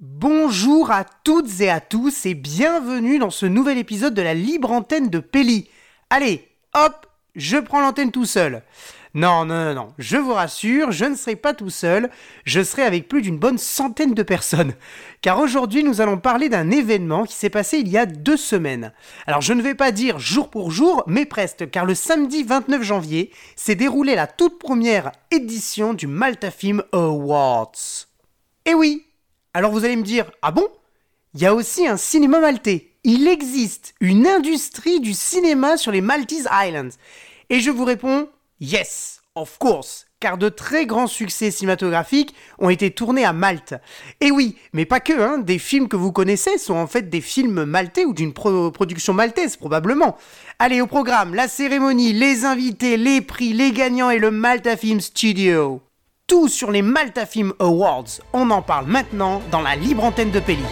Bonjour à toutes et à tous et bienvenue dans ce nouvel épisode de la libre antenne de Pelli. Allez, hop, je prends l'antenne tout seul. Non, je vous rassure, je ne serai pas tout seul, je serai avec plus d'une bonne centaine de personnes. Car aujourd'hui, nous allons parler d'un événement qui s'est passé il y a 2 semaines. Alors, je ne vais pas dire jour pour jour, mais presque, car le samedi 29 janvier s'est déroulée la toute première édition du Malta Film Awards. Et oui, alors vous allez me dire, ah bon ? Il y a aussi un cinéma maltais. Il existe une industrie du cinéma sur les Maltese Islands. Et je vous réponds, yes, of course, car de très grands succès cinématographiques ont été tournés à Malte. Et oui, mais pas que, des films que vous connaissez sont en fait des films maltais ou d'une production maltaise probablement. Allez, au programme, la cérémonie, les invités, les prix, les gagnants et le Malta Film Studio. Tout sur les Malta Film Awards, on en parle maintenant dans la libre antenne de Pelli.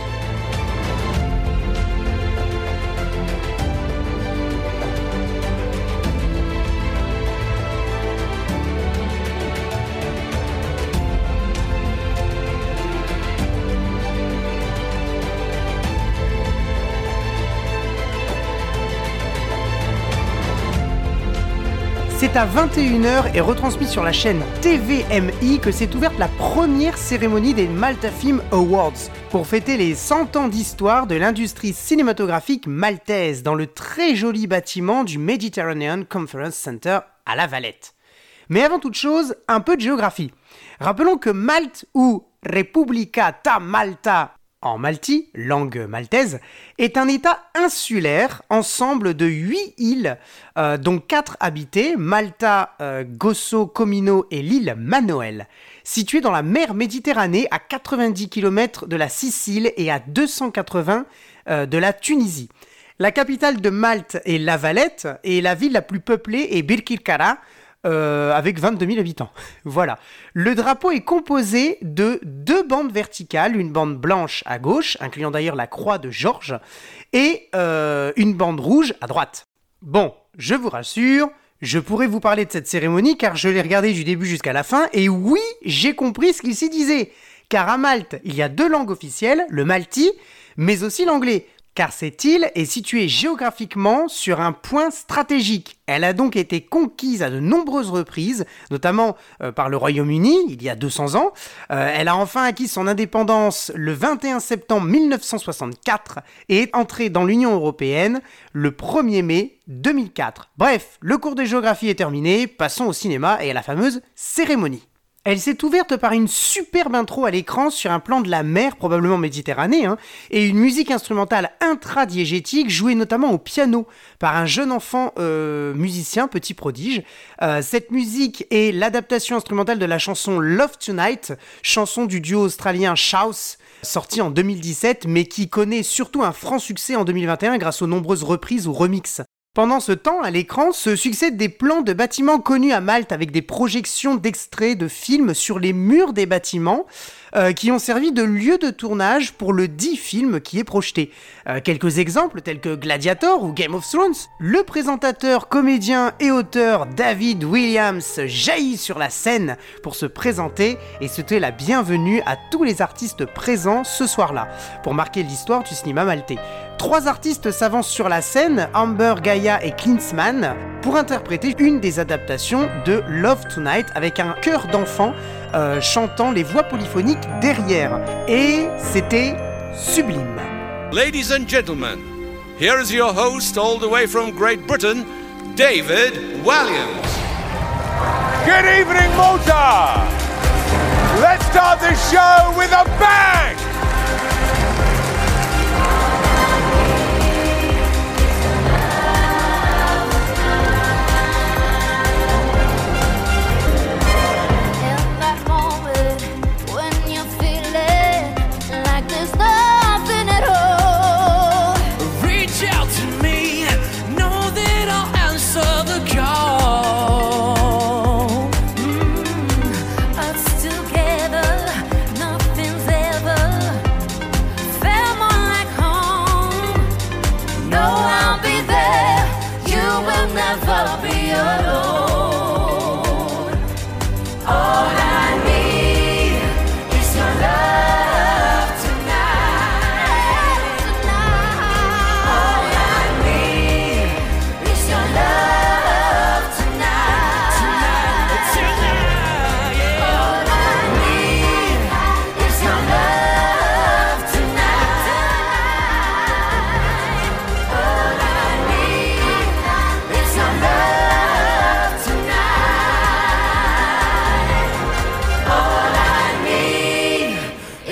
C'est à 21h et retransmis sur la chaîne TVMI que s'est ouverte la première cérémonie des Malta Film Awards pour fêter les 100 ans d'histoire de l'industrie cinématographique maltaise dans le très joli bâtiment du Mediterranean Conference Center à La Valette. Mais avant toute chose, un peu de géographie. Rappelons que Malte ou Repubblica ta Malta en malti, langue maltaise, est un état insulaire, ensemble de 8 îles, dont 4 habitées, Malta, Gozo, Comino et l'île Manoel, située dans la mer Méditerranée à 90 km de la Sicile et à 280 de la Tunisie. La capitale de Malte est La Valette et la ville la plus peuplée est Birkirkara, avec 22 000 habitants. Voilà. Le drapeau est composé de 2 bandes verticales, une bande blanche à gauche, incluant d'ailleurs la croix de Georges, et une bande rouge à droite. Bon, je vous rassure, je pourrais vous parler de cette cérémonie car je l'ai regardée du début jusqu'à la fin, et oui, j'ai compris ce qu'il s'y disait. Car à Malte, il y a 2 langues officielles, le malti, mais aussi l'anglais. Car cette île est située géographiquement sur un point stratégique. Elle a donc été conquise à de nombreuses reprises, notamment par le Royaume-Uni, il y a 200 ans. Elle a enfin acquis son indépendance le 21 septembre 1964 et est entrée dans l'Union européenne le 1er mai 2004. Bref, le cours de géographie est terminé, passons au cinéma et à la fameuse cérémonie. Elle s'est ouverte par une superbe intro à l'écran sur un plan de la mer, probablement Méditerranée, et une musique instrumentale intradiégétique jouée notamment au piano par un jeune enfant musicien, petit prodige. Cette musique est l'adaptation instrumentale de la chanson Love Tonight, chanson du duo australien Shouse, sortie en 2017, mais qui connaît surtout un franc succès en 2021 grâce aux nombreuses reprises ou remixes. Pendant ce temps, à l'écran, se succèdent des plans de bâtiments connus à Malte avec des projections d'extraits de films sur les murs des bâtiments qui ont servi de lieu de tournage pour le dit film qui est projeté. Quelques exemples tels que Gladiator ou Game of Thrones. Le présentateur, comédien et auteur David Williams jaillit sur la scène pour se présenter et souhaiter la bienvenue à tous les artistes présents ce soir-là, pour marquer l'histoire du cinéma maltais. 3 artistes s'avancent sur la scène, Amber, Gaia et Klinsmann, pour interpréter une des adaptations de Love Tonight avec un chœur d'enfants chantant les voix polyphoniques derrière. Et c'était sublime. Ladies and gentlemen, here is your host all the way from Great Britain, David Walliams. Good evening, Malta! Let's start the show with a bang! Us together, nothing's ever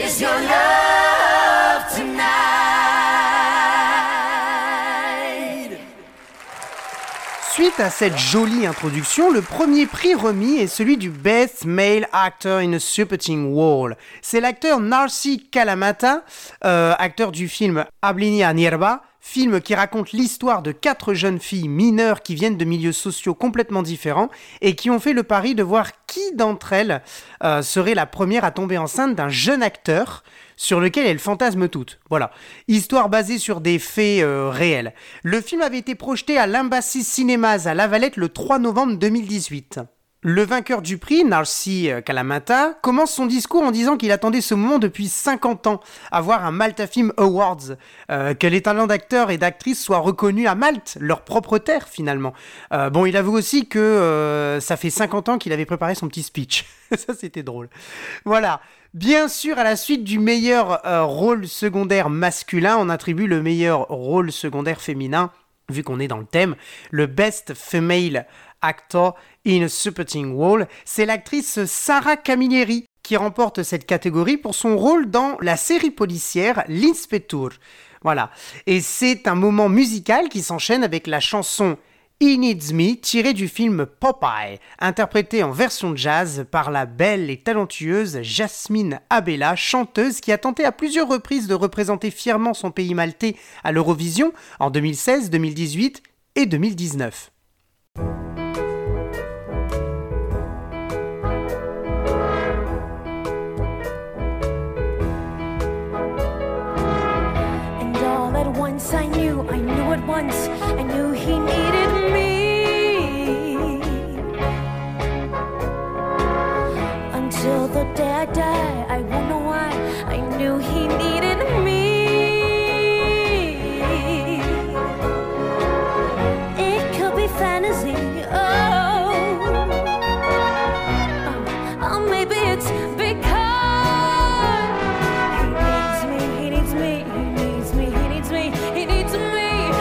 is your love tonight? Suite à cette jolie introduction, le premier prix remis est celui du Best Male Actor in a Supporting Role. C'est l'acteur Narcy Kalamata, acteur du film Ablini Nirba, film qui raconte l'histoire de 4 jeunes filles mineures qui viennent de milieux sociaux complètement différents et qui ont fait le pari de voir qui d'entre elles serait la première à tomber enceinte d'un jeune acteur sur lequel elles fantasment toutes. Voilà. Histoire basée sur des faits réels. Le film avait été projeté à l'Embassy Cinemas à La Valette le 3 novembre 2018. Le vainqueur du prix, Narcy Kalamata, commence son discours en disant qu'il attendait ce moment depuis 50 ans, avoir un Malta Film Awards, que les talents d'acteurs et d'actrices soient reconnus à Malte, leur propre terre finalement. Il avoue aussi que ça fait 50 ans qu'il avait préparé son petit speech. Ça c'était drôle. Voilà. Bien sûr, à la suite du meilleur rôle secondaire masculin, on attribue le meilleur rôle secondaire féminin, vu qu'on est dans le thème, le Best Female Actor in a Supporting Role, c'est l'actrice Sarah Camilleri qui remporte cette catégorie pour son rôle dans la série policière L'Inspector. Voilà. Et c'est un moment musical qui s'enchaîne avec la chanson He Needs Me, tirée du film Popeye, interprétée en version jazz par la belle et talentueuse Jasmine Abela, chanteuse qui a tenté à plusieurs reprises de représenter fièrement son pays maltais à l'Eurovision en 2016, 2018 et 2019. Once I knew it once, I knew he needed me. Until the day I die, I won't know why, I knew he needed me. It could be fantasy, oh maybe it's because he needs me. He needs me.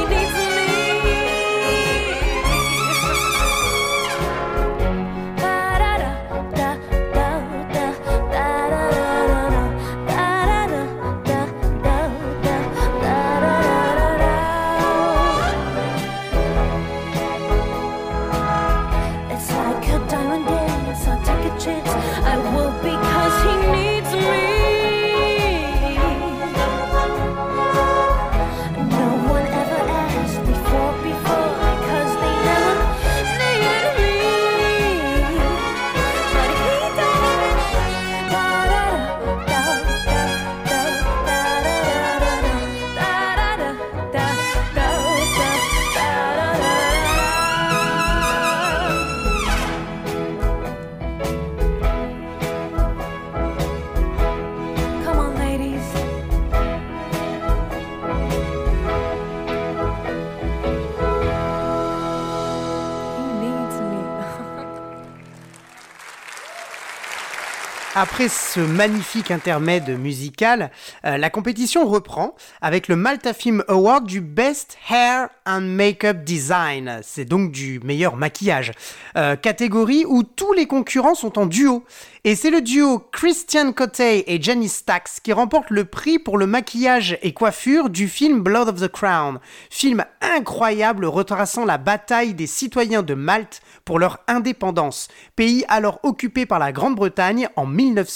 Après ce magnifique intermède musical, la compétition reprend avec le Malta Film Award du Best Hair and Makeup Design. C'est donc du meilleur maquillage. Catégorie où tous les concurrents sont en duo. Et c'est le duo Christian Cotey et Jenny Stax qui remporte le prix pour le maquillage et coiffure du film Blood of the Crown. Film incroyable retraçant la bataille des citoyens de Malte pour leur indépendance, pays alors occupé par la Grande-Bretagne en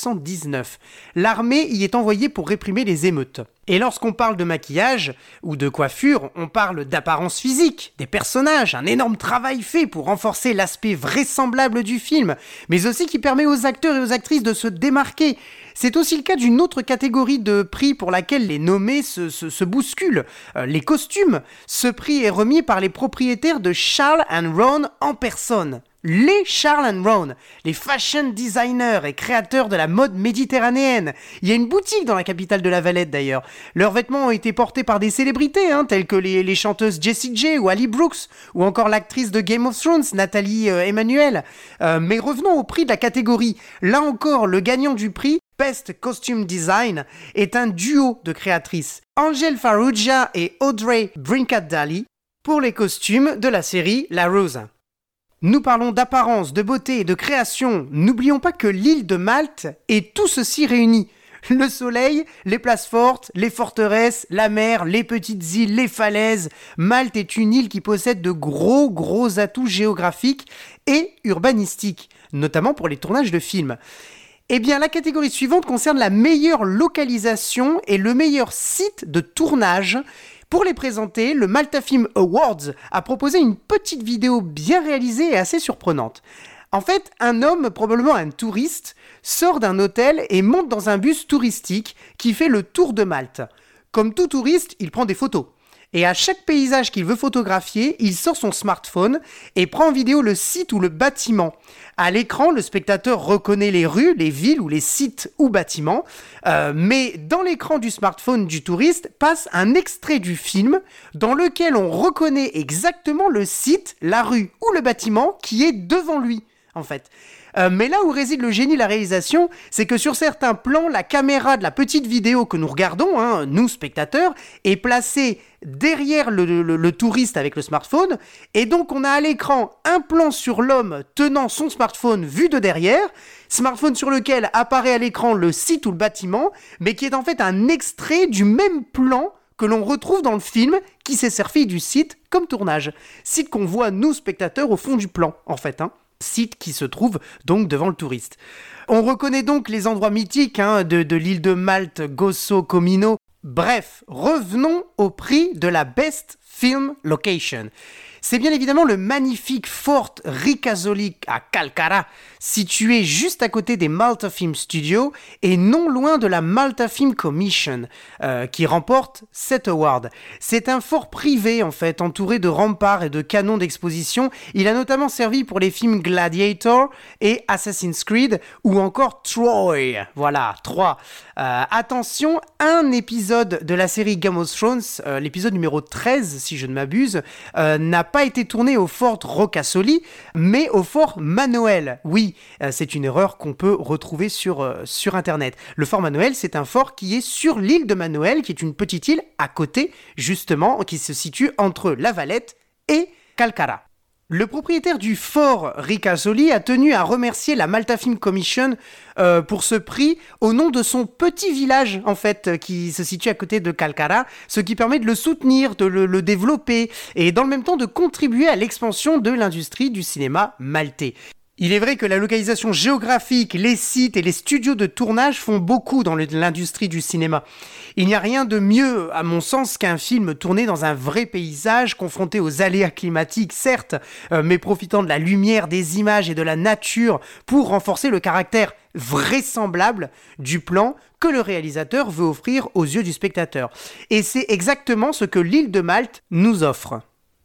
1919. L'armée y est envoyée pour réprimer les émeutes. Et lorsqu'on parle de maquillage ou de coiffure, on parle d'apparence physique, des personnages, un énorme travail fait pour renforcer l'aspect vraisemblable du film, mais aussi qui permet aux acteurs et aux actrices de se démarquer. C'est aussi le cas d'une autre catégorie de prix pour laquelle les nommés se bousculent, les costumes. Ce prix est remis par les propriétaires de Charles & Ron en personne. Les Charles & Ron, les fashion designers et créateurs de la mode méditerranéenne. Il y a une boutique dans la capitale de la Valette d'ailleurs. Leurs vêtements ont été portés par des célébrités, telles que les chanteuses Jessie J ou Ali Brooks, ou encore l'actrice de Game of Thrones, Nathalie Emmanuel. Mais revenons au prix de la catégorie. Là encore, le gagnant du prix, Best Costume Design, est un duo de créatrices. Angel Farrugia et Audrey Brinkett-Daly pour les costumes de la série La Rosa. Nous parlons d'apparence, de beauté et de création. N'oublions pas que l'île de Malte est tout ceci réuni. Le soleil, les places fortes, les forteresses, la mer, les petites îles, les falaises. Malte est une île qui possède de gros atouts géographiques et urbanistiques, notamment pour les tournages de films. Eh bien, la catégorie suivante concerne la meilleure localisation et le meilleur site de tournage. Pour les présenter, le Malta Film Awards a proposé une petite vidéo bien réalisée et assez surprenante. En fait, un homme, probablement un touriste, sort d'un hôtel et monte dans un bus touristique qui fait le tour de Malte. Comme tout touriste, il prend des photos. Et à chaque paysage qu'il veut photographier, il sort son smartphone et prend en vidéo le site ou le bâtiment. À l'écran, le spectateur reconnaît les rues, les villes ou les sites ou bâtiments, mais dans l'écran du smartphone du touriste passe un extrait du film dans lequel on reconnaît exactement le site, la rue ou le bâtiment qui est devant lui, en fait. Mais là où réside le génie de la réalisation, c'est que sur certains plans, la caméra de la petite vidéo que nous regardons, nous spectateurs, est placée derrière le touriste avec le smartphone, et donc on a à l'écran un plan sur l'homme tenant son smartphone vu de derrière, smartphone sur lequel apparaît à l'écran le site ou le bâtiment, mais qui est en fait un extrait du même plan que l'on retrouve dans le film qui s'est servi du site comme tournage. Site qu'on voit, nous spectateurs, au fond du plan, en fait, site qui se trouve donc devant le touriste. On reconnaît donc les endroits mythiques de l'île de Malte, Gozo, Comino. Bref, revenons au prix de la Best Film Location. C'est bien évidemment le magnifique Fort Ricasoli à Calcara, situé juste à côté des Malta Film Studios et non loin de la Malta Film Commission, qui remporte cet award. C'est un fort privé en fait, entouré de remparts et de canons d'exposition. Il a notamment servi pour les films Gladiator et Assassin's Creed ou encore Troy. Voilà, 3. Attention, un épisode de la série Game of Thrones, l'épisode numéro 13 si je ne m'abuse, n'a pas été tourné au Fort Ricasoli, mais au Fort Manuel. Oui, c'est une erreur qu'on peut retrouver sur Internet. Le Fort Manuel, c'est un fort qui est sur l'île de Manuel, qui est une petite île à côté, justement, qui se situe entre La Valette et Calcara. Le propriétaire du fort Ricasoli a tenu à remercier la Malta Film Commission pour ce prix au nom de son petit village en fait qui se situe à côté de Calcara, ce qui permet de le soutenir, de le développer et dans le même temps de contribuer à l'expansion de l'industrie du cinéma maltais. Il est vrai que la localisation géographique, les sites et les studios de tournage font beaucoup dans l'industrie du cinéma. Il n'y a rien de mieux, à mon sens, qu'un film tourné dans un vrai paysage, confronté aux aléas climatiques, certes, mais profitant de la lumière, des images et de la nature pour renforcer le caractère vraisemblable du plan que le réalisateur veut offrir aux yeux du spectateur. Et c'est exactement ce que l'île de Malte nous offre.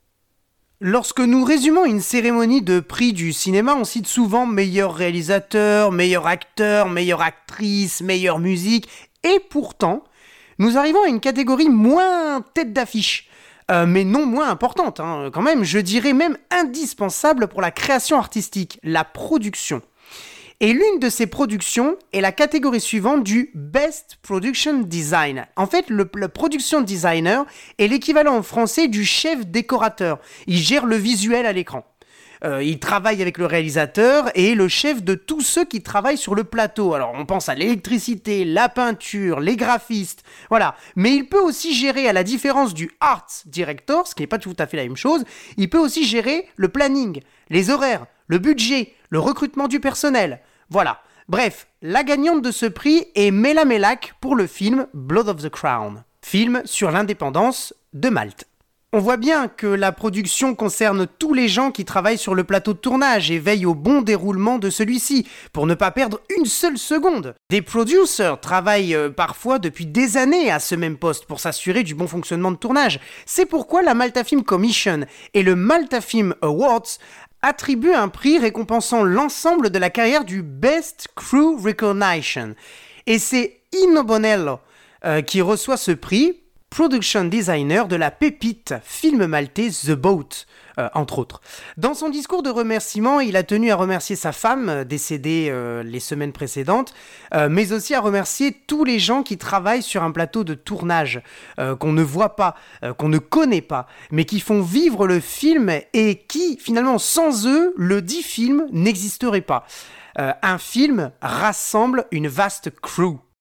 Lorsque nous résumons une cérémonie de prix du cinéma, on cite souvent meilleur réalisateur, meilleur acteur, meilleure actrice, meilleure musique, et pourtant, nous arrivons à une catégorie moins tête d'affiche, mais non moins importante, quand même, je dirais même indispensable pour la création artistique, la production. Et l'une de ces productions est la catégorie suivante du Best Production Design. En fait, le production designer est l'équivalent en français du chef décorateur. Il gère le visuel à l'écran. Il travaille avec le réalisateur et est le chef de tous ceux qui travaillent sur le plateau. Alors, on pense à l'électricité, la peinture, les graphistes, voilà. Mais il peut aussi gérer, à la différence du Art Director, ce qui n'est pas tout à fait la même chose, il peut aussi gérer le planning, les horaires, le budget, le recrutement du personnel. Voilà. Bref, la gagnante de ce prix est Mela Melak pour le film Blood of the Crown, film sur l'indépendance de Malte. On voit bien que la production concerne tous les gens qui travaillent sur le plateau de tournage et veillent au bon déroulement de celui-ci, pour ne pas perdre une seule seconde. Des producers travaillent parfois depuis des années à ce même poste pour s'assurer du bon fonctionnement de tournage. C'est pourquoi la Malta Film Commission et le Malta Film Awards attribuent un prix récompensant l'ensemble de la carrière du Best Crew Recognition. Et c'est Ino Bonello qui reçoit ce prix, production designer de la pépite film maltais The Boat, entre autres. Dans son discours de remerciement, il a tenu à remercier sa femme, décédée les semaines précédentes, mais aussi à remercier tous les gens qui travaillent sur un plateau de tournage, qu'on ne voit pas, qu'on ne connaît pas, mais qui font vivre le film et qui, finalement, sans eux, le dit film n'existerait pas. Un film rassemble une vaste crew.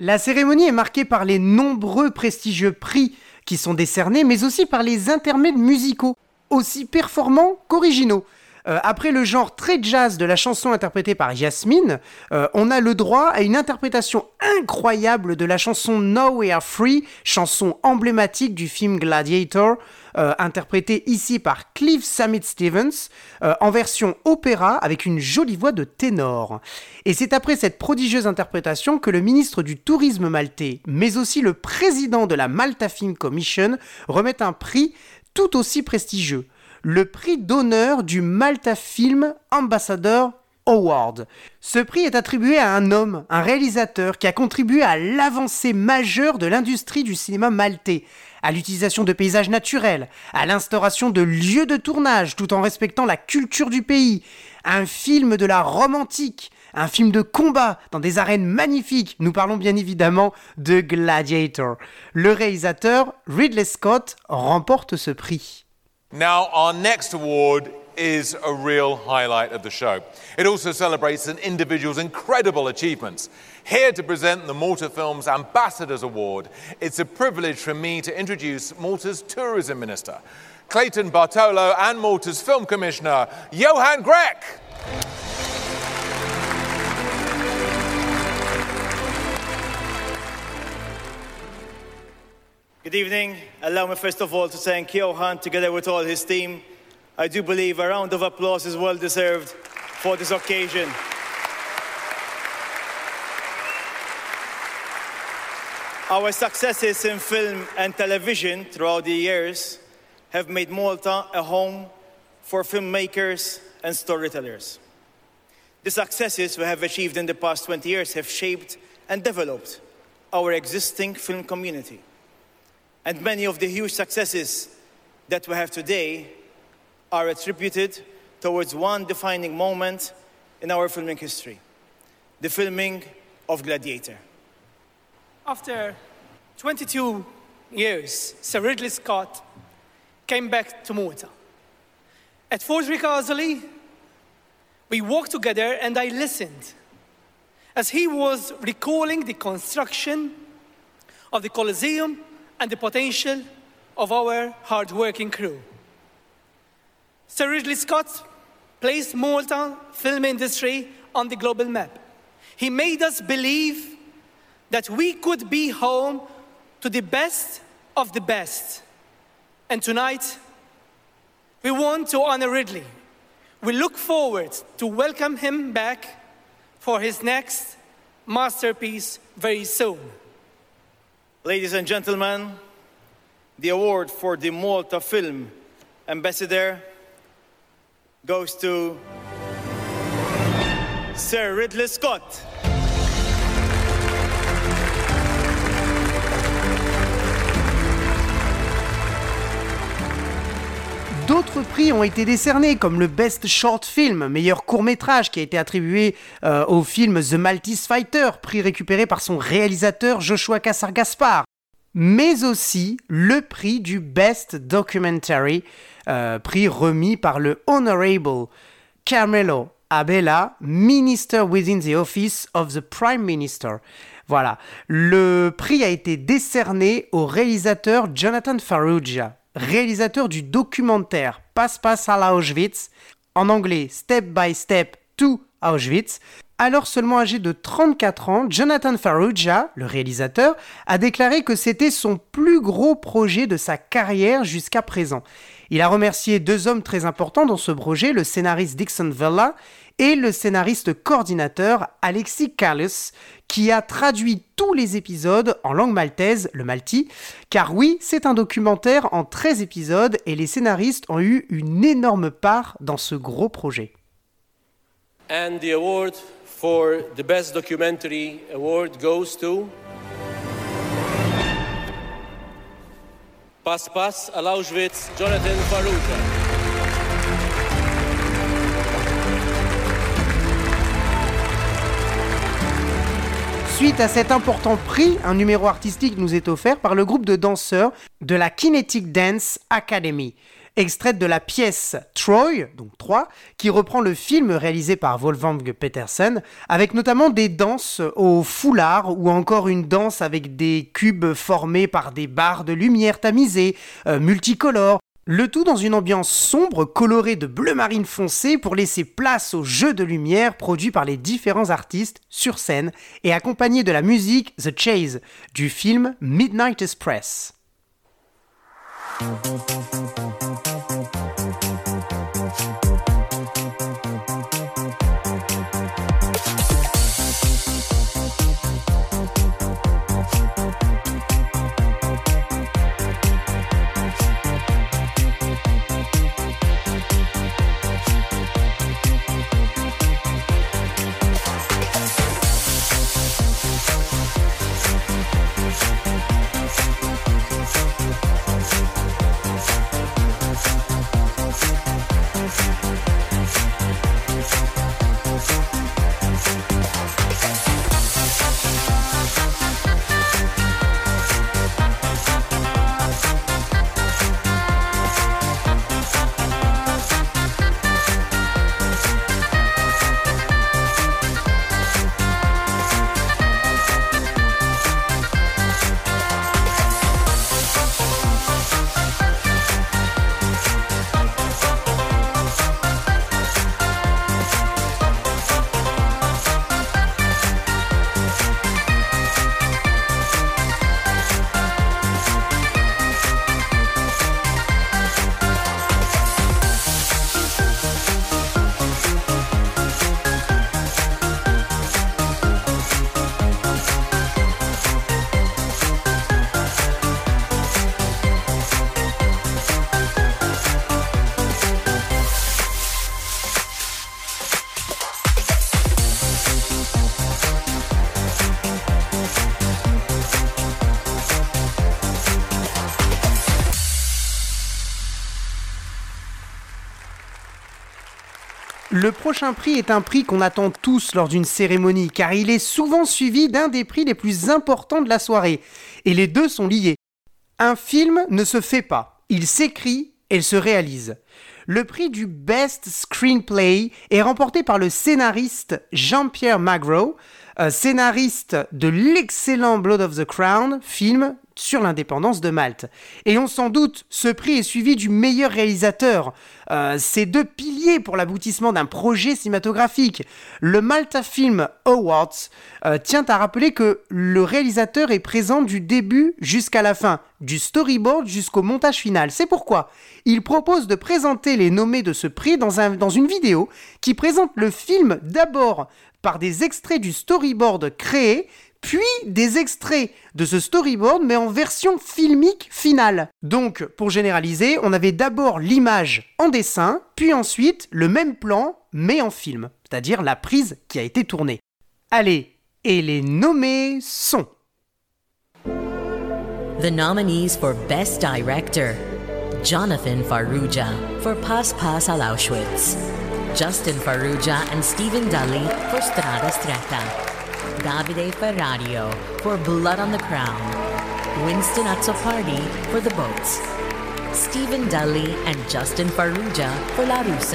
La cérémonie est marquée par les nombreux prestigieux prix qui sont décernés, mais aussi par les intermèdes musicaux, aussi performants qu'originaux. Après le genre très jazz de la chanson interprétée par Yasmine, on a le droit à une interprétation incroyable de la chanson Now We Are Free, chanson emblématique du film Gladiator, interprétée ici par Cliff Sammet-Stevens, en version opéra avec une jolie voix de ténor. Et c'est après cette prodigieuse interprétation que le ministre du Tourisme maltais, mais aussi le président de la Malta Film Commission, remettent un prix tout aussi prestigieux. Le prix d'honneur du Malta Film Ambassador Award. Ce prix est attribué à un homme, un réalisateur qui a contribué à l'avancée majeure de l'industrie du cinéma maltais, à l'utilisation de paysages naturels, à l'instauration de lieux de tournage tout en respectant la culture du pays, un film de la Rome antique, un film de combat dans des arènes magnifiques. Nous parlons bien évidemment de Gladiator. Le réalisateur Ridley Scott remporte ce prix. Now, our next award is a real highlight of the show. It also celebrates an individual's incredible achievements. Here to present the Malta Films Ambassadors Award, it's a privilege for me to introduce Malta's Tourism Minister, Clayton Bartolo, and Malta's Film Commissioner, Johan Grech. Good evening. Allow me first of all to thank Johan together with all his team. I do believe a round of applause is well deserved for this occasion. Our successes in film and television throughout the years have made Malta a home for filmmakers and storytellers. The successes we have achieved in the past 20 years have shaped and developed our existing film community. And many of the huge successes that we have today are attributed towards one defining moment in our filming history, the filming of Gladiator. After 22 years, Sir Ridley Scott came back to Malta. At Fort Ricasoli, we walked together and I listened as he was recalling the construction of the Colosseum and the potential of our hard-working crew. Sir Ridley Scott placed Malta film industry on the global map. He made us believe that we could be home to the best of the best. And tonight, we want to honor Ridley. We look forward to welcome him back for his next masterpiece very soon. Ladies and gentlemen, the award for the Malta Film Ambassador goes to Sir Ridley Scott. D'autres prix ont été décernés, comme le Best Short Film, meilleur court-métrage, qui a été attribué au film The Maltese Fighter, prix récupéré par son réalisateur Joshua Cassar-Gaspar. Mais aussi le prix du Best Documentary, prix remis par le Honorable Carmelo Abela, Minister within the Office of the Prime Minister. Voilà, le prix a été décerné au réalisateur Jonathan Farrugia, réalisateur du documentaire Passe à Auschwitz, en anglais Step by Step to Auschwitz. Alors seulement âgé de 34 ans, Jonathan Farrugia, le réalisateur, a déclaré que c'était son plus gros projet de sa carrière jusqu'à présent. Il a remercié deux hommes très importants dans ce projet, le scénariste Dixon Vella et le scénariste coordinateur Alexis Carlos, qui a traduit tous les épisodes en langue maltaise, le malti, car oui, c'est un documentaire en 13 épisodes et les scénaristes ont eu une énorme part dans ce gros projet. And the award for the Best Documentary Award goes to Passe à Auschwitz, Jonathan Farrugia. Suite à cet important prix, un numéro artistique nous est offert par le groupe de danseurs de la Kinetic Dance Academy. extraite de la pièce Troy, donc 3, qui reprend le film réalisé par Wolfgang Petersen, avec notamment des danses au foulard ou encore une danse avec des cubes formés par des barres de lumière tamisées, multicolores. Le tout dans une ambiance sombre, colorée de bleu marine foncé pour laisser place au jeu de lumière produit par les différents artistes sur scène et accompagné de la musique The Chase du film Midnight Express. Le prochain prix est un prix qu'on attend tous lors d'une cérémonie, car il est souvent suivi d'un des prix les plus importants de la soirée. Et les deux sont liés. Un film ne se fait pas, il s'écrit et il se réalise. Le prix du Best Screenplay est remporté par le scénariste Jean-Pierre Magro, scénariste de l'excellent Blood of the Crown, film sur l'indépendance de Malte. Et on s'en doute, ce prix est suivi du meilleur réalisateur. Ces deux piliers pour l'aboutissement d'un projet cinématographique. Le Malta Film Awards tient à rappeler que le réalisateur est présent du début jusqu'à la fin, du storyboard jusqu'au montage final. C'est pourquoi il propose de présenter les nommés de ce prix dans une vidéo qui présente le film d'abord par des extraits du storyboard créé, puis des extraits de ce storyboard mais en version filmique finale. Donc, pour généraliser, on avait d'abord l'image en dessin, puis ensuite le même plan mais en film, c'est-à-dire la prise qui a été tournée. Allez, et les nommés sont... The nominees for Best Director: Jonathan Farrugia for Pas Pas al Auschwitz, Justin Farrugia and Stephen Dudley for Strada Stretta, Davide Ferrario for Blood on the Crown, Winston Azzopardi for The Boats, Stephen Dudley and Justin Farrugia for La Russa.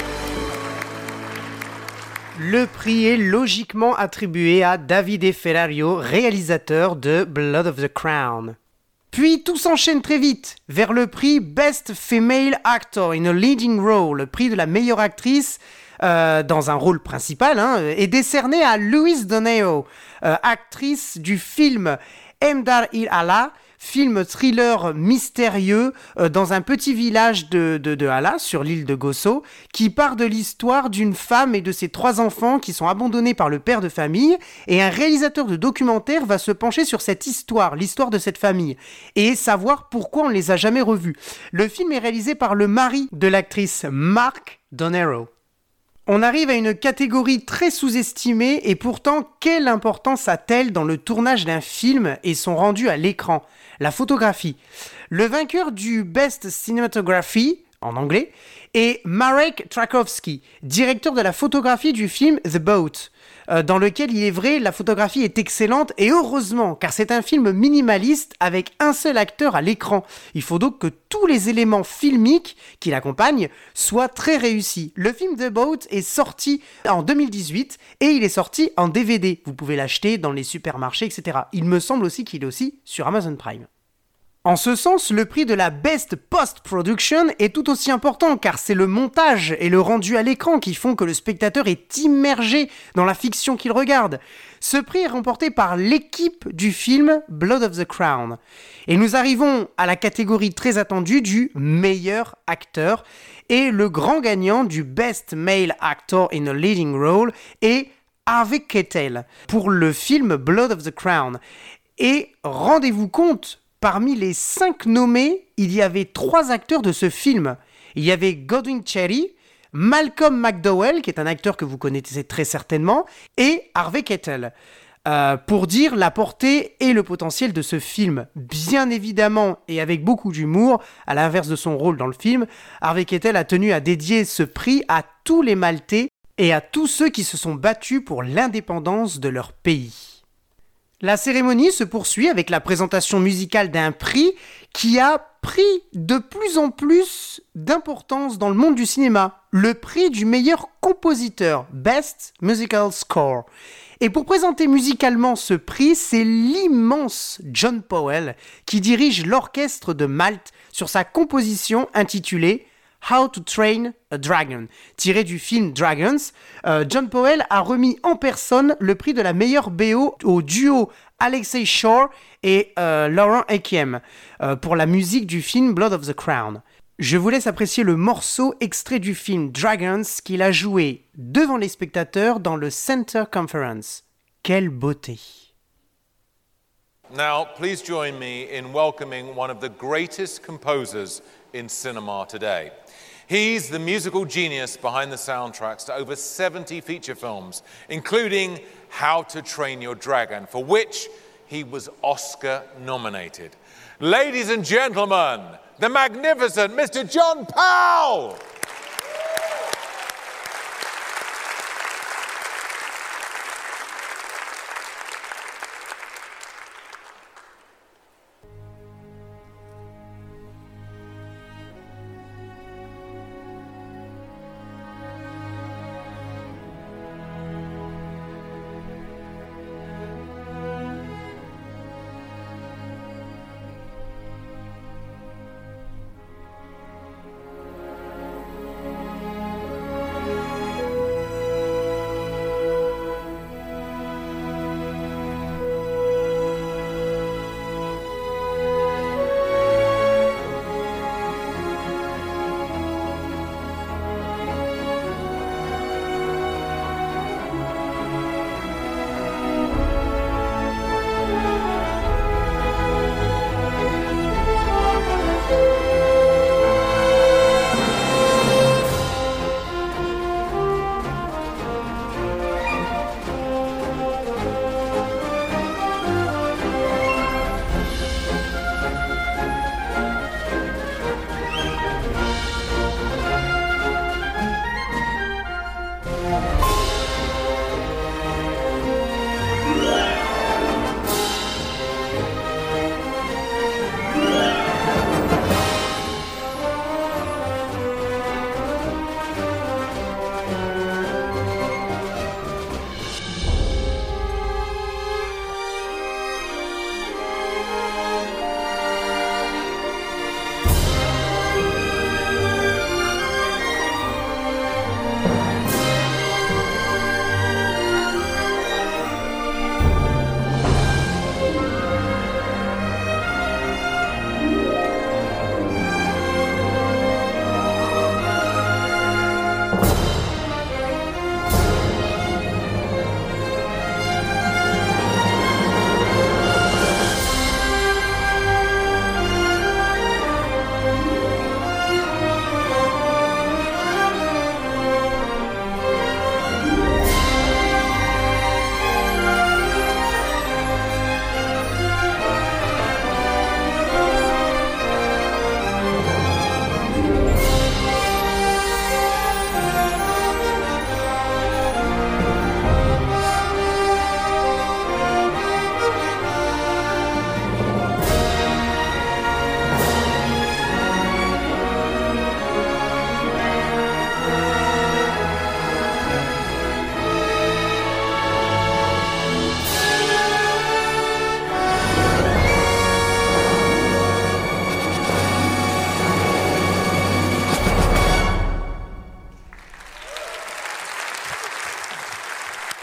Le prix est logiquement attribué à Davide Ferrario, réalisateur de Blood of the Crown. Puis tout s'enchaîne très vite vers le prix Best Female Actor in a Leading Role, le prix de la meilleure actrice dans un rôle principal, est décerné à Louise Doneo, actrice du film Emdar il Allah, film thriller mystérieux dans un petit village de Hala, sur l'île de Gozo, qui part de l'histoire d'une femme et de ses 3 enfants qui sont abandonnés par le père de famille, et un réalisateur de documentaire va se pencher sur cette histoire, l'histoire de cette famille, et savoir pourquoi on ne les a jamais revus. Le film est réalisé par le mari de l'actrice Mark Donero. On arrive à une catégorie très sous-estimée, et pourtant, quelle importance a-t-elle dans le tournage d'un film et son rendu à l'écran ? La photographie. Le vainqueur du Best Cinematography en anglais, et Marek Trakowski, directeur de la photographie du film The Boat, dans lequel, il est vrai, la photographie est excellente, et heureusement, car c'est un film minimaliste avec un seul acteur à l'écran. Il faut donc que tous les éléments filmiques qui l'accompagnent soient très réussis. Le film The Boat est sorti en 2018, et il est sorti en DVD. Vous pouvez l'acheter dans les supermarchés, etc. Il me semble aussi qu'il est aussi sur Amazon Prime. En ce sens, le prix de la Best Post-Production est tout aussi important, car c'est le montage et le rendu à l'écran qui font que le spectateur est immergé dans la fiction qu'il regarde. Ce prix est remporté par l'équipe du film Blood of the Crown. Et nous arrivons à la catégorie très attendue du meilleur acteur, et le grand gagnant du Best Male Actor in a Leading Role est Harvey Keitel pour le film Blood of the Crown. Et rendez-vous compte, parmi les 5 nommés, il y avait 3 acteurs de ce film. Il y avait Godwin Cherry, Malcolm McDowell, qui est un acteur que vous connaissez très certainement, et Harvey Keitel. Pour dire la portée et le potentiel de ce film. Bien évidemment, et avec beaucoup d'humour, à l'inverse de son rôle dans le film, Harvey Keitel a tenu à dédier ce prix à tous les Maltais et à tous ceux qui se sont battus pour l'indépendance de leur pays. La cérémonie se poursuit avec la présentation musicale d'un prix qui a pris de plus en plus d'importance dans le monde du cinéma, le prix du meilleur compositeur, Best Musical Score. Et pour présenter musicalement ce prix, c'est l'immense John Powell qui dirige l'orchestre de Malte sur sa composition intitulée How to Train a Dragon. Tiré du film Dragons, John Powell a remis en personne le prix de la meilleure BO au duo Alexei Shore et Laurent Ekiem pour la musique du film Blood of the Crown. Je vous laisse apprécier le morceau extrait du film Dragons qu'il a joué devant les spectateurs dans le Center Conference. Quelle beauté! Now, please join me in welcoming one of the greatest composers in cinema today. He's the musical genius behind the soundtracks to over 70 feature films, including How to Train Your Dragon, for which he was Oscar nominated. Ladies and gentlemen, the magnificent Mr. John Powell!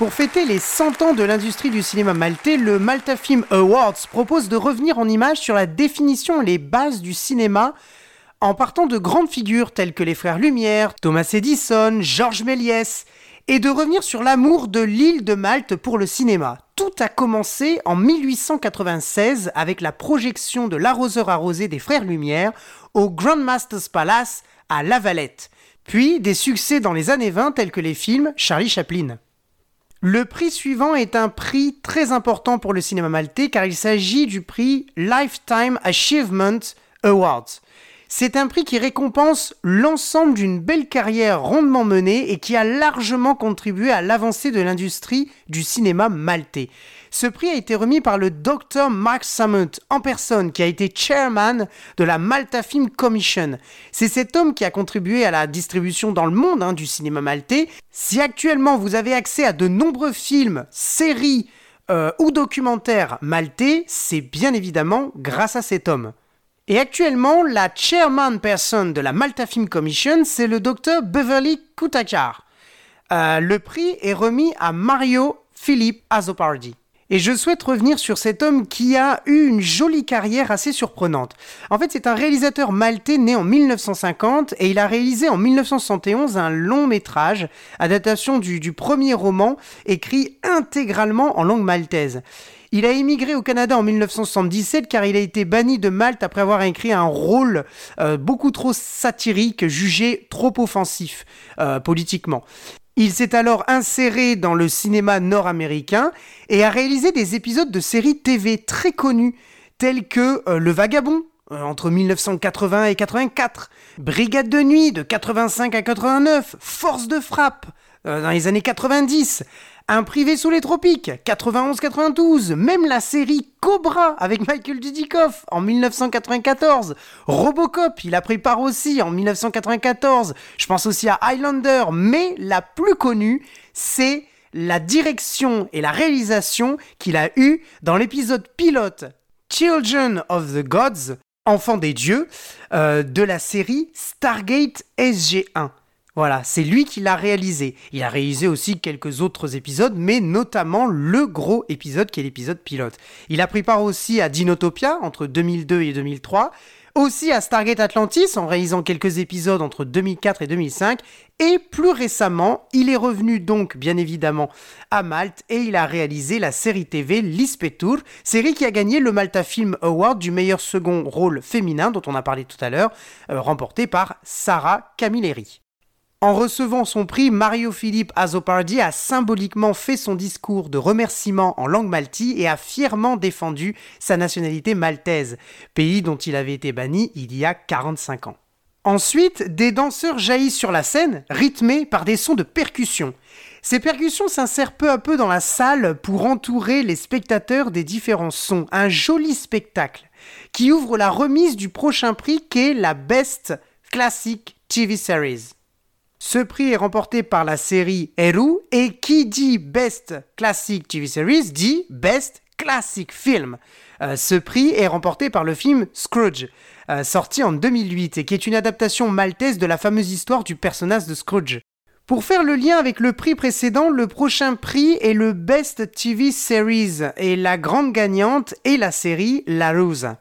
Pour fêter les 100 ans de l'industrie du cinéma maltais, le Malta Film Awards propose de revenir en images sur la définition et les bases du cinéma en partant de grandes figures telles que les frères Lumière, Thomas Edison, Georges Méliès, et de revenir sur l'amour de l'île de Malte pour le cinéma. Tout a commencé en 1896 avec la projection de L'arroseur arrosé des frères Lumière au Grand Master's Palace à La Valette, puis des succès dans les années 20 tels que les films Charlie Chaplin. Le prix suivant est un prix très important pour le cinéma maltais car il s'agit du prix Lifetime Achievement Awards. C'est un prix qui récompense l'ensemble d'une belle carrière rondement menée et qui a largement contribué à l'avancée de l'industrie du cinéma maltais. Ce prix a été remis par le Dr Mark Sammut en personne, qui a été chairman de la Malta Film Commission. C'est cet homme qui a contribué à la distribution dans le monde du cinéma maltais. Si actuellement vous avez accès à de nombreux films, séries ou documentaires maltais, c'est bien évidemment grâce à cet homme. Et actuellement, la chairman person de la Malta Film Commission, c'est le Dr Beverly Kutakar. Le prix est remis à Mario Philippe Azzopardi. Et je souhaite revenir sur cet homme qui a eu une jolie carrière assez surprenante. En fait, c'est un réalisateur maltais né en 1950 et il a réalisé en 1971 un long métrage, adaptation du premier roman, écrit intégralement en langue maltaise. Il a émigré au Canada en 1977 car il a été banni de Malte après avoir écrit un rôle beaucoup trop satirique, jugé trop offensif politiquement. Il s'est alors inséré dans le cinéma nord-américain et a réalisé des épisodes de séries TV très connus tels que Le Vagabond entre 1980 et 84, Brigade de nuit de 85 à 89, Force de frappe dans les années 90, Un privé sous les tropiques, 91-92, même la série Cobra avec Michael Dudikoff en 1994, Robocop, il a pris part aussi en 1994, je pense aussi à Highlander, mais la plus connue, c'est la direction et la réalisation qu'il a eue dans l'épisode pilote Children of the Gods, Enfants des dieux, de la série Stargate SG-1. Voilà, c'est lui qui l'a réalisé. Il a réalisé aussi quelques autres épisodes, mais notamment le gros épisode qui est l'épisode pilote. Il a pris part aussi à Dinotopia entre 2002 et 2003, aussi à Stargate Atlantis en réalisant quelques épisodes entre 2004 et 2005, et plus récemment, il est revenu donc bien évidemment à Malte et il a réalisé la série TV L'Ispetur, série qui a gagné le Malta Film Award du meilleur second rôle féminin dont on a parlé tout à l'heure, remporté par Sarah Camilleri. En recevant son prix, Mario Philippe Azzopardi a symboliquement fait son discours de remerciement en langue maltaise et a fièrement défendu sa nationalité maltaise, pays dont il avait été banni il y a 45 ans. Ensuite, des danseurs jaillissent sur la scène, rythmés par des sons de percussion. Ces percussions s'insèrent peu à peu dans la salle pour entourer les spectateurs des différents sons. Un joli spectacle qui ouvre la remise du prochain prix qu'est la Best Classic TV Series. Ce prix est remporté par la série Eru et qui dit Best Classic TV Series dit Best Classic Film. Ce prix est remporté par le film Scrooge, sorti en 2008 et qui est une adaptation maltaise de la fameuse histoire du personnage de Scrooge. Pour faire le lien avec le prix précédent, le prochain prix est le Best TV Series et la grande gagnante est la série La Rusa.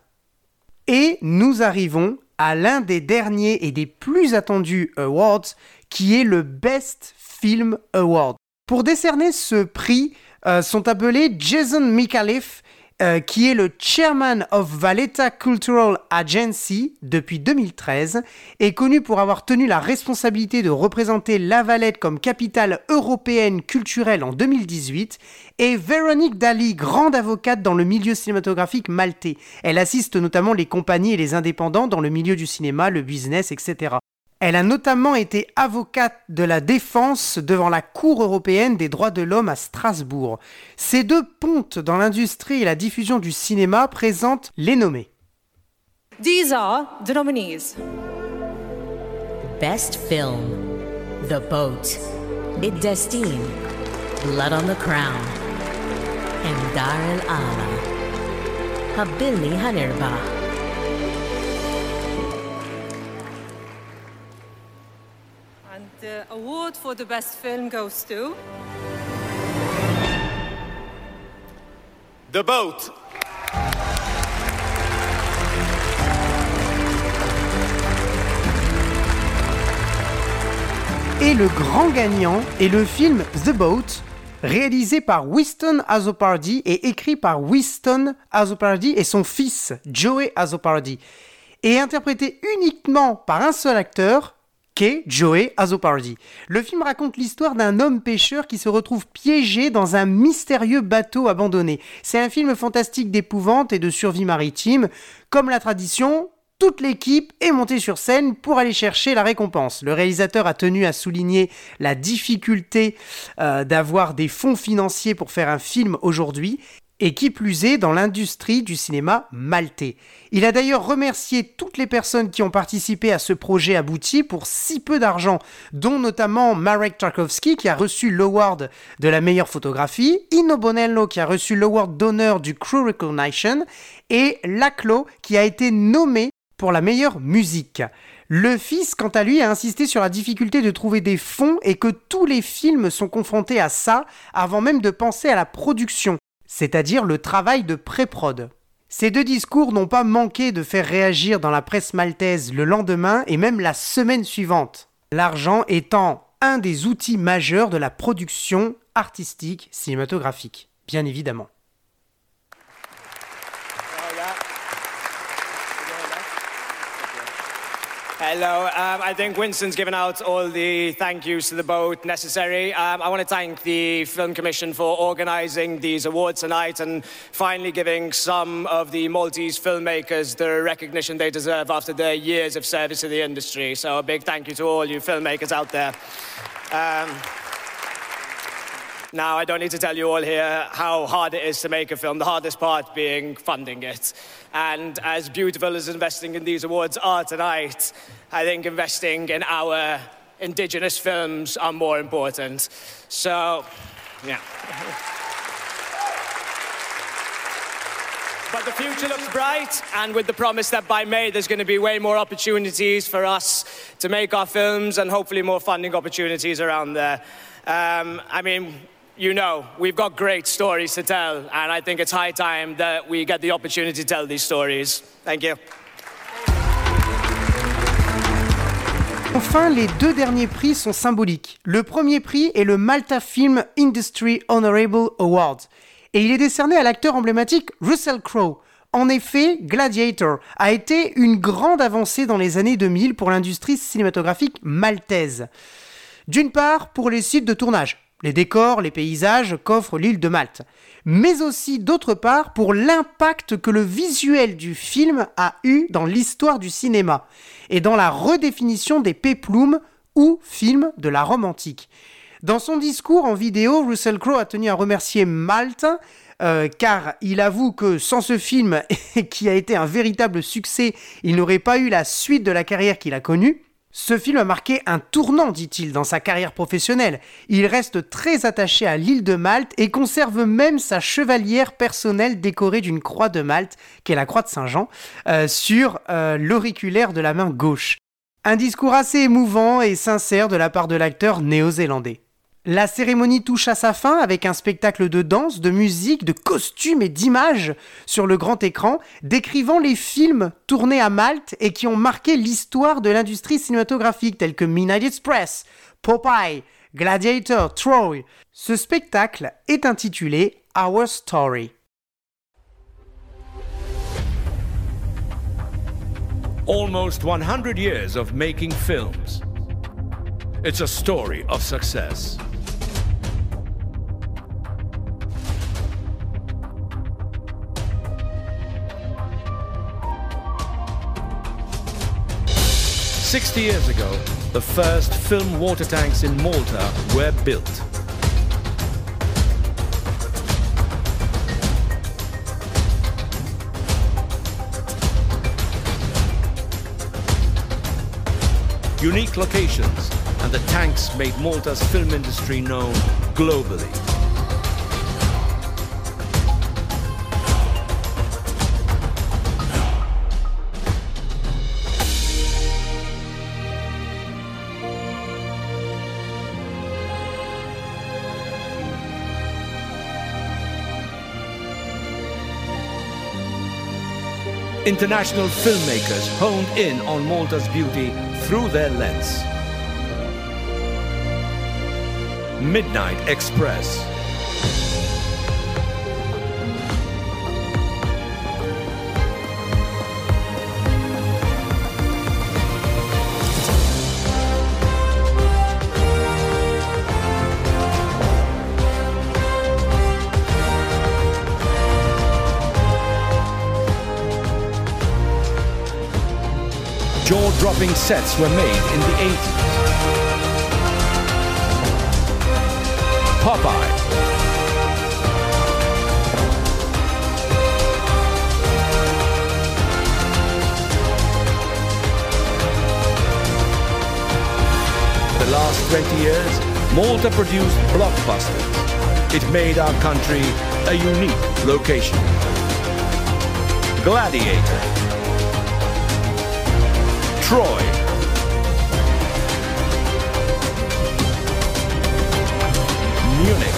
Et nous arrivons à l'un des derniers et des plus attendus awards, qui est le Best Film Award. Pour décerner ce prix, sont appelés Jason Micallef, qui est le Chairman of Valletta Cultural Agency depuis 2013, et connu pour avoir tenu la responsabilité de représenter La Valette comme capitale européenne culturelle en 2018, et Véronique Daly, grande avocate dans le milieu cinématographique maltais. Elle assiste notamment les compagnies et les indépendants dans le milieu du cinéma, le business, etc. Elle a notamment été avocate de la défense devant la Cour européenne des droits de l'homme à Strasbourg. Ces deux pontes dans l'industrie et la diffusion du cinéma présentent les nommés. These are the nominees. Best Film: The Boat, Id Destine, Blood on the Crown, and Dar el Ala, Habili Hanirba. The award for the best film goes to The Boat. Et le grand gagnant est le film The Boat, réalisé par Winston Azzopardi et écrit par Winston Azzopardi et son fils Joey Azzopardi, et interprété uniquement par un seul acteur, qu'est Joey Azzopardi. Le film raconte l'histoire d'un homme pêcheur qui se retrouve piégé dans un mystérieux bateau abandonné. C'est un film fantastique d'épouvante et de survie maritime. Comme la tradition, toute l'équipe est montée sur scène pour aller chercher la récompense. Le réalisateur a tenu à souligner la difficulté d'avoir des fonds financiers pour faire un film aujourd'hui, et qui plus est dans l'industrie du cinéma maltais. Il a d'ailleurs remercié toutes les personnes qui ont participé à ce projet abouti pour si peu d'argent, dont notamment Marek Tarkowski qui a reçu l'award de la meilleure photographie, Ino Bonello qui a reçu l'award d'honneur du Crew Recognition et Laclos qui a été nommé pour la meilleure musique. Le fils, quant à lui, a insisté sur la difficulté de trouver des fonds et que tous les films sont confrontés à ça avant même de penser à la production, c'est-à-dire le travail de pré-prod. Ces deux discours n'ont pas manqué de faire réagir dans la presse maltaise le lendemain et même la semaine suivante. L'argent étant un des outils majeurs de la production artistique cinématographique, bien évidemment. Hello, I think Winston's given out all the thank yous to the boat necessary. I want to thank the Film Commission for organising these awards tonight and finally giving some of the Maltese filmmakers the recognition they deserve after their years of service to the industry. So a big thank you to all you filmmakers out there. Now, I don't need to tell you all here how hard it is to make a film, the hardest part being funding it. And as beautiful as investing in these awards are tonight, I think investing in our indigenous films are more important. So, yeah. But the future looks bright, and with the promise that by May there's going to be way more opportunities for us to make our films and hopefully more funding opportunities around there. You know, we've got great stories to tell, and I think it's high time that we get the opportunity to tell these stories. Thank you. Enfin, les deux derniers prix sont symboliques. Le premier prix est le Malta Film Industry Honorable Award, et il est décerné à l'acteur emblématique Russell Crowe. En effet, Gladiator a été une grande avancée dans les années 2000 pour l'industrie cinématographique maltaise. D'une part, pour les sites de tournage, les décors, les paysages qu'offre l'île de Malte, mais aussi d'autre part pour l'impact que le visuel du film a eu dans l'histoire du cinéma et dans la redéfinition des péplums ou films de la Rome antique. Dans son discours en vidéo, Russell Crowe a tenu à remercier Malte car il avoue que sans ce film qui a été un véritable succès, il n'aurait pas eu la suite de la carrière qu'il a connue. Ce film a marqué un tournant, dit-il, dans sa carrière professionnelle. Il reste très attaché à l'île de Malte et conserve même sa chevalière personnelle décorée d'une croix de Malte, qui est la croix de Saint-Jean, sur l'auriculaire de la main gauche. Un discours assez émouvant et sincère de la part de l'acteur néo-zélandais. La cérémonie touche à sa fin avec un spectacle de danse, de musique, de costumes et d'images sur le grand écran, décrivant les films tournés à Malte et qui ont marqué l'histoire de l'industrie cinématographique tels que Midnight Express, Popeye, Gladiator, Troy. Ce spectacle est intitulé Our Story. Almost 100 years of making films. It's a story of success. "60 years ago, the first film water tanks in Malta were built. Unique locations, and the tanks made Malta's film industry known globally. International filmmakers honed in on Malta's beauty through their lens. Midnight Express. Jaw-dropping sets were made in the 80s. Popeye. The last 20 years, Malta produced blockbusters. It made our country a unique location. Gladiator. Troy. Munich.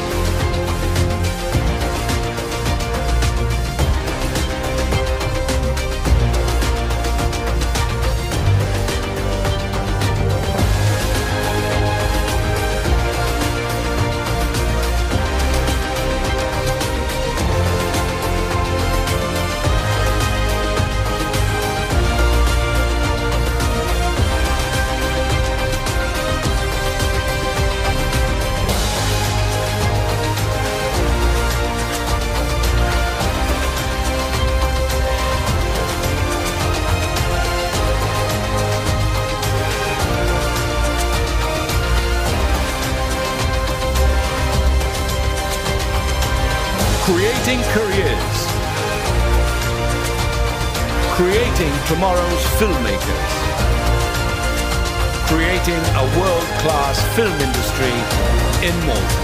Creating careers. Creating tomorrow's filmmakers. Creating a world-class film industry in Malta.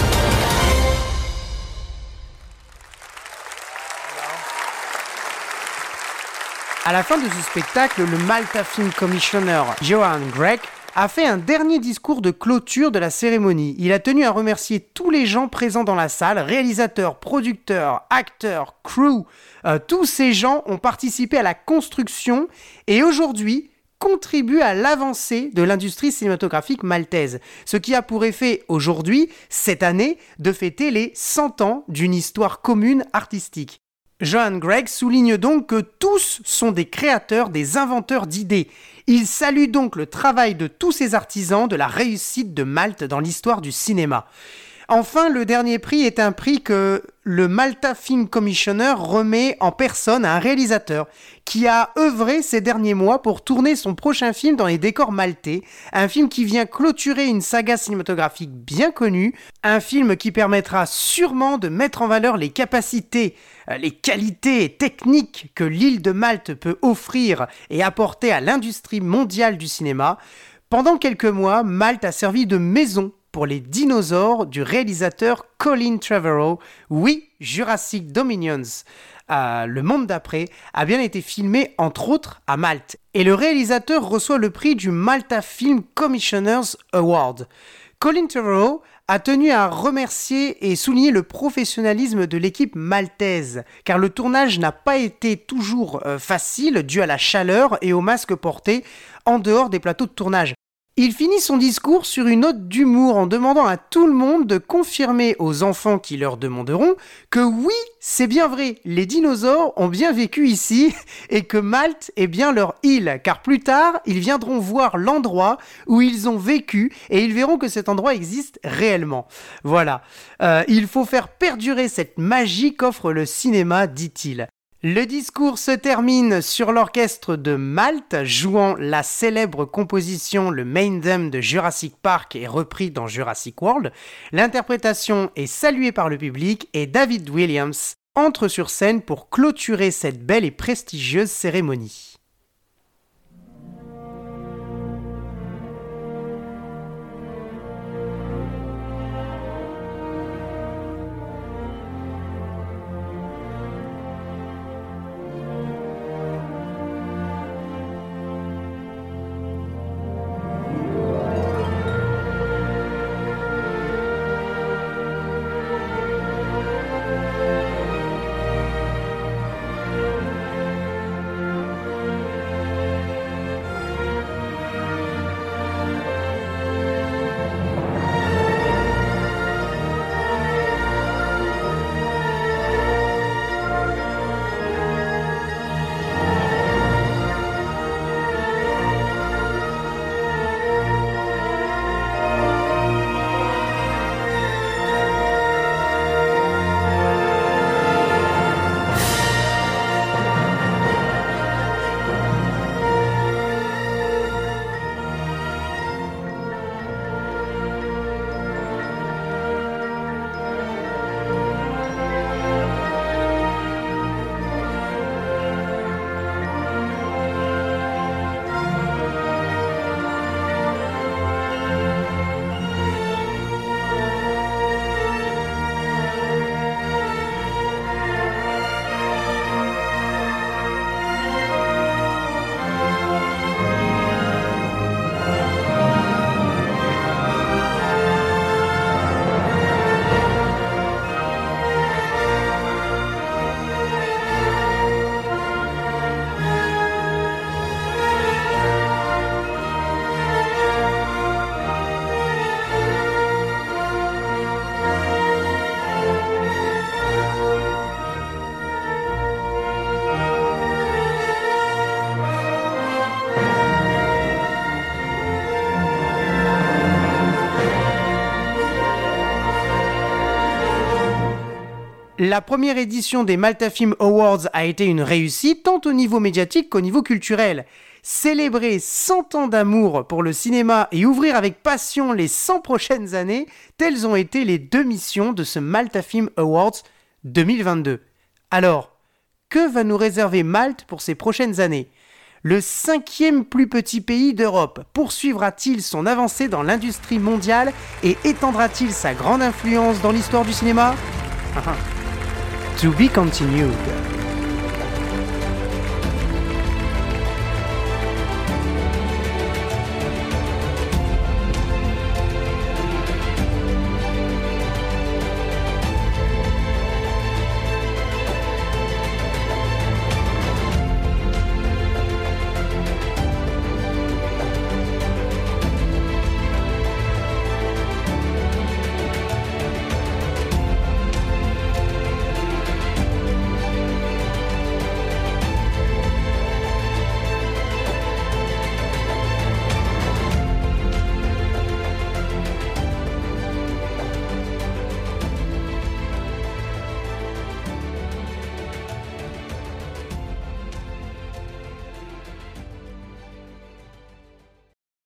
À la fin de ce spectacle, le Malta Film Commissioner Johan Grech a fait un dernier discours de clôture de la cérémonie. Il a tenu à remercier tous les gens présents dans la salle, réalisateurs, producteurs, acteurs, crew. Tous ces gens ont participé à la construction et aujourd'hui contribuent à l'avancée de l'industrie cinématographique maltaise. Ce qui a pour effet aujourd'hui, cette année, de fêter les 100 ans d'une histoire commune artistique. Johan Grech souligne donc que tous sont des créateurs, des inventeurs d'idées. Il salue donc le travail de tous ces artisans de la réussite de Malte dans l'histoire du cinéma. Enfin, le dernier prix est un prix que le Malta Film Commissioner remet en personne à un réalisateur qui a œuvré ces derniers mois pour tourner son prochain film dans les décors maltais, un film qui vient clôturer une saga cinématographique bien connue, un film qui permettra sûrement de mettre en valeur les capacités, les qualités techniques que l'île de Malte peut offrir et apporter à l'industrie mondiale du cinéma. Pendant quelques mois, Malte a servi de maison pour les dinosaures du réalisateur Colin Trevorrow. Oui, Jurassic Dominions, le monde d'après, a bien été filmé entre autres à Malte. Et le réalisateur reçoit le prix du Malta Film Commissioners Award. Colin Trevorrow a tenu à remercier et souligner le professionnalisme de l'équipe maltaise, car le tournage n'a pas été toujours facile dû à la chaleur et aux masques portés en dehors des plateaux de tournage. Il finit son discours sur une note d'humour en demandant à tout le monde de confirmer aux enfants qui leur demanderont que oui, c'est bien vrai, les dinosaures ont bien vécu ici et que Malte est bien leur île, car plus tard, ils viendront voir l'endroit où ils ont vécu et ils verront que cet endroit existe réellement. Voilà, il faut faire perdurer cette magie qu'offre le cinéma, dit-il. Le discours se termine sur l'orchestre de Malte, jouant la célèbre composition Le Main Theme de Jurassic Park et repris dans Jurassic World. L'interprétation est saluée par le public et David Williams entre sur scène pour clôturer cette belle et prestigieuse cérémonie. la première édition des Malta Film Awards a été une réussite tant au niveau médiatique qu'au niveau culturel. Célébrer 100 ans d'amour pour le cinéma et ouvrir avec passion les 100 prochaines années, telles ont été les 2 missions de ce Malta Film Awards 2022. Alors, que va nous réserver Malte pour ces prochaines années ? Le 5e plus petit pays d'Europe poursuivra-t-il son avancée dans l'industrie mondiale et étendra-t-il sa grande influence dans l'histoire du cinéma ? To be continued.